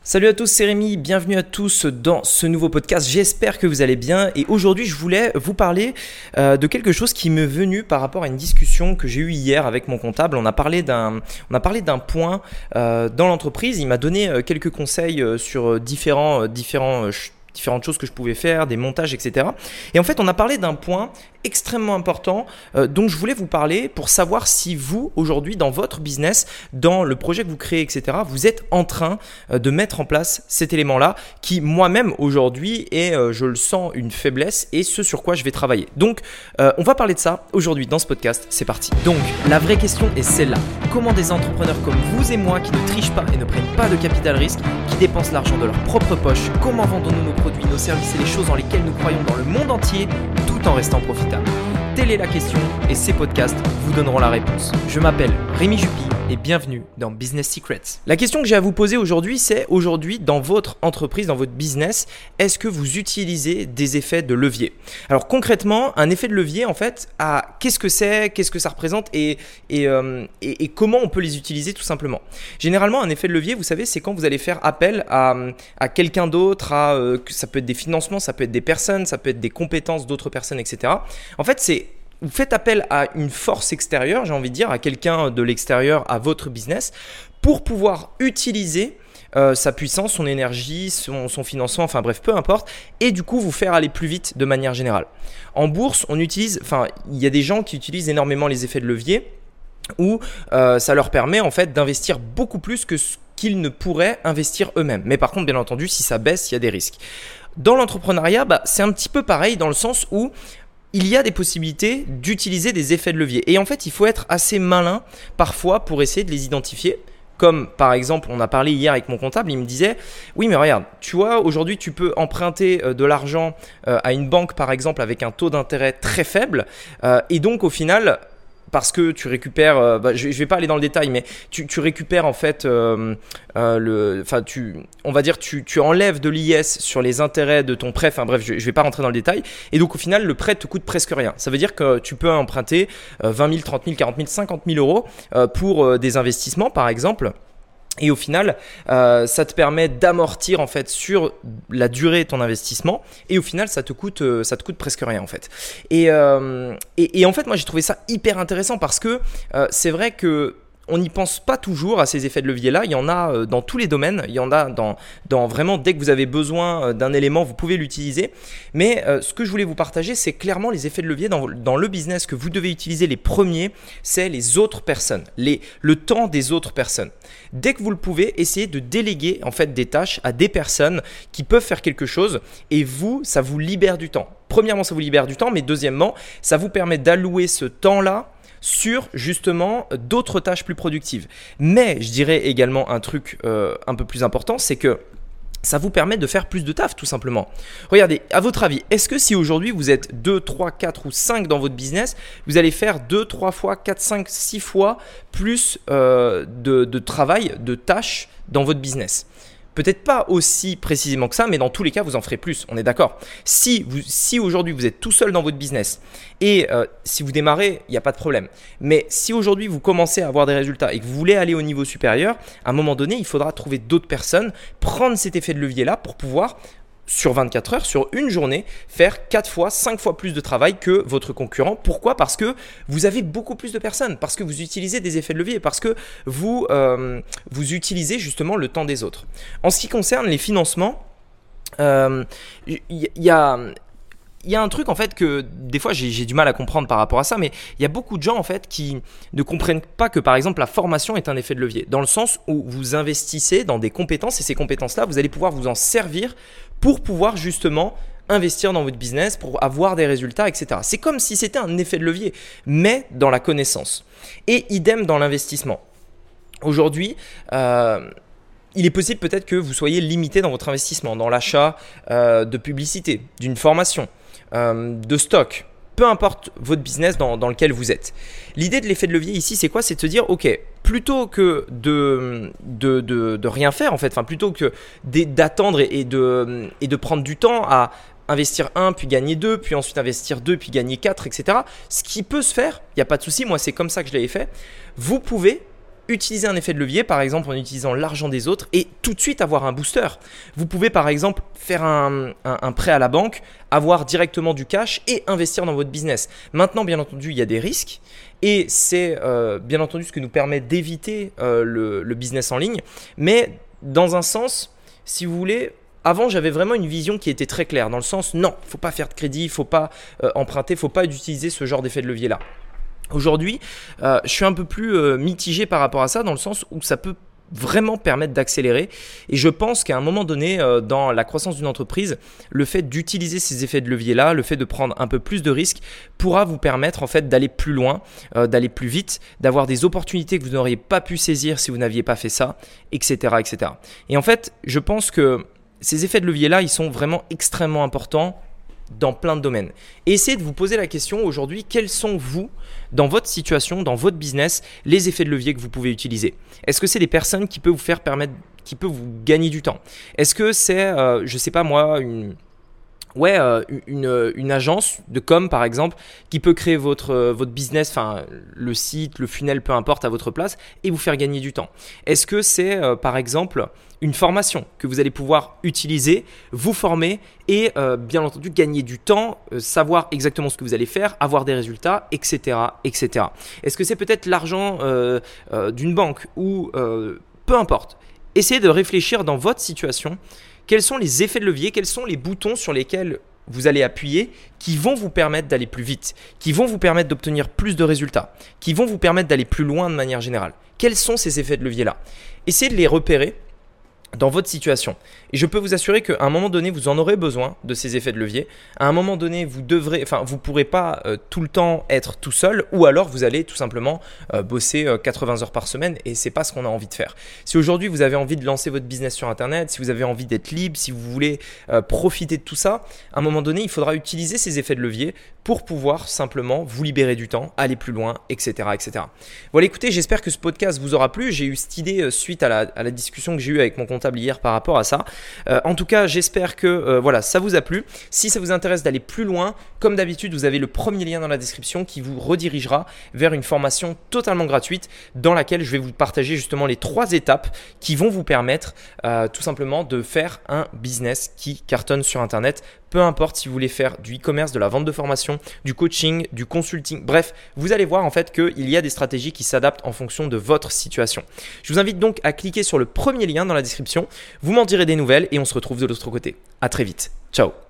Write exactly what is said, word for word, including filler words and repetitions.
Salut à tous, c'est Rémi, bienvenue à tous dans ce nouveau podcast, j'espère que vous allez bien et aujourd'hui je voulais vous parler euh, de quelque chose qui m'est venu par rapport à une discussion que j'ai eue hier avec mon comptable. On a parlé d'un, on a parlé d'un point euh, dans l'entreprise, il m'a donné euh, quelques conseils euh, sur différents, euh, différents euh, différentes choses que je pouvais faire, des montages, et cetera. Et en fait, on a parlé d'un point extrêmement important euh, dont je voulais vous parler pour savoir si vous, aujourd'hui, dans votre business, dans le projet que vous créez, et cetera, vous êtes en train euh, de mettre en place cet élément-là qui, moi-même, aujourd'hui, est, euh, je le sens, une faiblesse et ce sur quoi je vais travailler. Donc, euh, on va parler de ça aujourd'hui dans ce podcast. C'est parti. Donc, la vraie question est celle-là. Comment des entrepreneurs comme vous et moi qui ne trichent pas et ne prennent pas de capital risque, qui dépensent l'argent de leur propre poche, comment vendons-nous nos produits, nos services et les choses dans lesquelles nous croyons dans le monde entier, tout en restant profitables? Telle est la question et ces podcasts vous donneront la réponse. Je m'appelle Rémi Jupy et bienvenue dans Business Secrets. La question que j'ai à vous poser aujourd'hui, c'est aujourd'hui dans votre entreprise, dans votre business, est-ce que vous utilisez des effets de levier? Alors concrètement, un effet de levier en fait, à, qu'est-ce que c'est, qu'est-ce que ça représente et, et, euh, et, et comment on peut les utiliser tout simplement? Généralement, un effet de levier, vous savez, c'est quand vous allez faire appel à, à quelqu'un d'autre, à, euh, ça peut être des financements, ça peut être des personnes, ça peut être des compétences d'autres personnes, et cetera. En fait, c'est vous faites appel à une force extérieure, j'ai envie de dire, à quelqu'un de l'extérieur, à votre business, pour pouvoir utiliser euh, sa puissance, son énergie, son, son financement, enfin bref, peu importe, et du coup vous faire aller plus vite de manière générale. En bourse, on utilise, enfin, il y a des gens qui utilisent énormément les effets de levier, où euh, ça leur permet en fait d'investir beaucoup plus que ce qu'ils ne pourraient investir eux-mêmes. Mais par contre, bien entendu, si ça baisse, il y a des risques. Dans l'entrepreneuriat, bah, c'est un petit peu pareil dans le sens où il y a des possibilités d'utiliser des effets de levier. Et en fait, il faut être assez malin parfois pour essayer de les identifier. Comme par exemple, on a parlé hier avec mon comptable, il me disait « Oui, mais regarde, tu vois, aujourd'hui, tu peux emprunter de l'argent à une banque, par exemple, avec un taux d'intérêt très faible. Et donc, au final… » parce que tu récupères, euh, bah, je ne vais pas aller dans le détail, mais tu, tu récupères en fait, euh, euh, le, enfin, tu, on va dire, tu, tu enlèves de l'I S sur les intérêts de ton prêt, enfin bref, je ne vais pas rentrer dans le détail, et donc au final, le prêt te coûte presque rien. Ça veut dire que tu peux emprunter euh, vingt mille, trente mille, quarante mille, cinquante mille euros euh, pour euh, des investissements par exemple. Et au final, euh, ça te permet d'amortir en fait sur la durée ton investissement et au final, ça te coûte, euh, ça te coûte presque rien en fait. Et, euh, et, et en fait, moi j'ai trouvé ça hyper intéressant parce que euh, c'est vrai que on n'y pense pas toujours à ces effets de levier-là. Il y en a dans tous les domaines. Il y en a dans, dans vraiment dès que vous avez besoin d'un élément, vous pouvez l'utiliser. Mais euh, ce que je voulais vous partager, c'est clairement les effets de levier dans, dans le business que vous devez utiliser. Les premiers, c'est les autres personnes, les, le temps des autres personnes. Dès que vous le pouvez, essayez de déléguer en fait des tâches à des personnes qui peuvent faire quelque chose et vous, ça vous libère du temps. Premièrement, ça vous libère du temps, mais deuxièmement, ça vous permet d'allouer ce temps-là sur justement d'autres tâches plus productives. Mais je dirais également un truc euh, un peu plus important, c'est que ça vous permet de faire plus de taf tout simplement. Regardez, à votre avis, est-ce que si aujourd'hui vous êtes deux, trois, quatre ou cinq dans votre business, vous allez faire deux, trois fois, quatre, cinq, six fois plus euh, de, de travail, de tâches dans votre business ? Peut-être pas aussi précisément que ça, mais dans tous les cas, vous en ferez plus, on est d'accord. Si, vous, si aujourd'hui, vous êtes tout seul dans votre business et euh, si vous démarrez, il n'y a pas de problème. Mais si aujourd'hui, vous commencez à avoir des résultats et que vous voulez aller au niveau supérieur, à un moment donné, il faudra trouver d'autres personnes, prendre cet effet de levier-là pour pouvoir sur vingt-quatre heures, sur une journée, faire quatre fois, cinq fois plus de travail que votre concurrent. Pourquoi ? Parce que vous avez beaucoup plus de personnes, parce que vous utilisez des effets de levier, parce que vous, euh, vous utilisez justement le temps des autres. En ce qui concerne les financements, il euh, y, y a… Il y a un truc en fait que des fois j'ai, j'ai du mal à comprendre par rapport à ça, mais il y a beaucoup de gens en fait qui ne comprennent pas que par exemple la formation est un effet de levier, dans le sens où vous investissez dans des compétences et ces compétences-là, vous allez pouvoir vous en servir pour pouvoir justement investir dans votre business, pour avoir des résultats, et cetera. C'est comme si c'était un effet de levier, mais dans la connaissance. Et idem dans l'investissement. Aujourd'hui, euh, il est possible peut-être que vous soyez limité dans votre investissement, dans l'achat euh, de publicité, d'une formation, euh, de stock, peu importe votre business dans, dans lequel vous êtes. L'idée de l'effet de levier ici, c'est quoi ? C'est de se dire, ok, plutôt que de, de, de, de rien faire en fait, enfin plutôt que d'attendre et, et, de, et de prendre du temps à investir un, puis gagner deux, puis ensuite investir deux, puis gagner quatre, et cetera. Ce qui peut se faire, il n'y a pas de souci, moi c'est comme ça que je l'avais fait. Vous pouvez utiliser un effet de levier, par exemple en utilisant l'argent des autres et tout de suite avoir un booster. Vous pouvez par exemple faire un, un, un prêt à la banque, avoir directement du cash et investir dans votre business. Maintenant, bien entendu, il y a des risques et c'est euh, bien entendu ce que nous permet d'éviter euh, le, le business en ligne. Mais dans un sens, si vous voulez, avant, j'avais vraiment une vision qui était très claire dans le sens non, il ne faut pas faire de crédit, il ne faut pas euh, emprunter, il ne faut pas utiliser ce genre d'effet de levier-là. Aujourd'hui, euh, je suis un peu plus euh, mitigé par rapport à ça dans le sens où ça peut vraiment permettre d'accélérer et je pense qu'à un moment donné euh, dans la croissance d'une entreprise, le fait d'utiliser ces effets de levier là, le fait de prendre un peu plus de risques pourra vous permettre en fait d'aller plus loin, euh, d'aller plus vite, d'avoir des opportunités que vous n'auriez pas pu saisir si vous n'aviez pas fait ça, etc., etc. Et en fait, je pense que ces effets de levier là, ils sont vraiment extrêmement importants dans plein de domaines. Et essayez de vous poser la question aujourd'hui, quels sont vous, dans votre situation, dans votre business, les effets de levier que vous pouvez utiliser? Est-ce que c'est des personnes qui peuvent vous faire permettre, qui peuvent vous gagner du temps? Est-ce que c'est, euh, je sais pas moi, une... Ouais, euh, une, une agence de com par exemple qui peut créer votre, euh, votre business, enfin le site, le funnel, peu importe à votre place et vous faire gagner du temps. Est-ce que c'est euh, par exemple une formation que vous allez pouvoir utiliser, vous former et euh, bien entendu gagner du temps, euh, savoir exactement ce que vous allez faire, avoir des résultats, et cetera et cetera. Est-ce que c'est peut-être l'argent euh, euh, d'une banque ou euh, peu importe. Essayez de réfléchir dans votre situation. Quels sont les effets de levier, quels sont les boutons sur lesquels vous allez appuyer qui vont vous permettre d'aller plus vite, qui vont vous permettre d'obtenir plus de résultats, qui vont vous permettre d'aller plus loin de manière générale. Quels sont ces effets de levier-là? Essayez de les repérer dans votre situation. Et je peux vous assurer qu'à un moment donné, vous en aurez besoin de ces effets de levier. À un moment donné, vous devrez, enfin, vous pourrez pas euh, tout le temps être tout seul, ou alors vous allez tout simplement euh, bosser euh, quatre-vingts heures par semaine, et c'est pas ce qu'on a envie de faire. Si aujourd'hui vous avez envie de lancer votre business sur Internet, si vous avez envie d'être libre, si vous voulez euh, profiter de tout ça, à un moment donné, il faudra utiliser ces effets de levier pour pouvoir simplement vous libérer du temps, aller plus loin, et cetera, et cetera. Voilà, écoutez, j'espère que ce podcast vous aura plu. J'ai eu cette idée euh, suite à la, à la discussion que j'ai eue avec mon comptable hier par rapport à ça. Euh, en tout cas, j'espère que euh, voilà, ça vous a plu. Si ça vous intéresse d'aller plus loin, comme d'habitude, vous avez le premier lien dans la description qui vous redirigera vers une formation totalement gratuite dans laquelle je vais vous partager justement les trois étapes qui vont vous permettre euh, tout simplement de faire un business qui cartonne sur Internet. Peu importe si vous voulez faire du e-commerce, de la vente de formation, du coaching, du consulting, bref, vous allez voir en fait qu'il y a des stratégies qui s'adaptent en fonction de votre situation. Je vous invite donc à cliquer sur le premier lien dans la description. Vous m'en direz des nouvelles et on se retrouve de l'autre côté. À très vite. Ciao.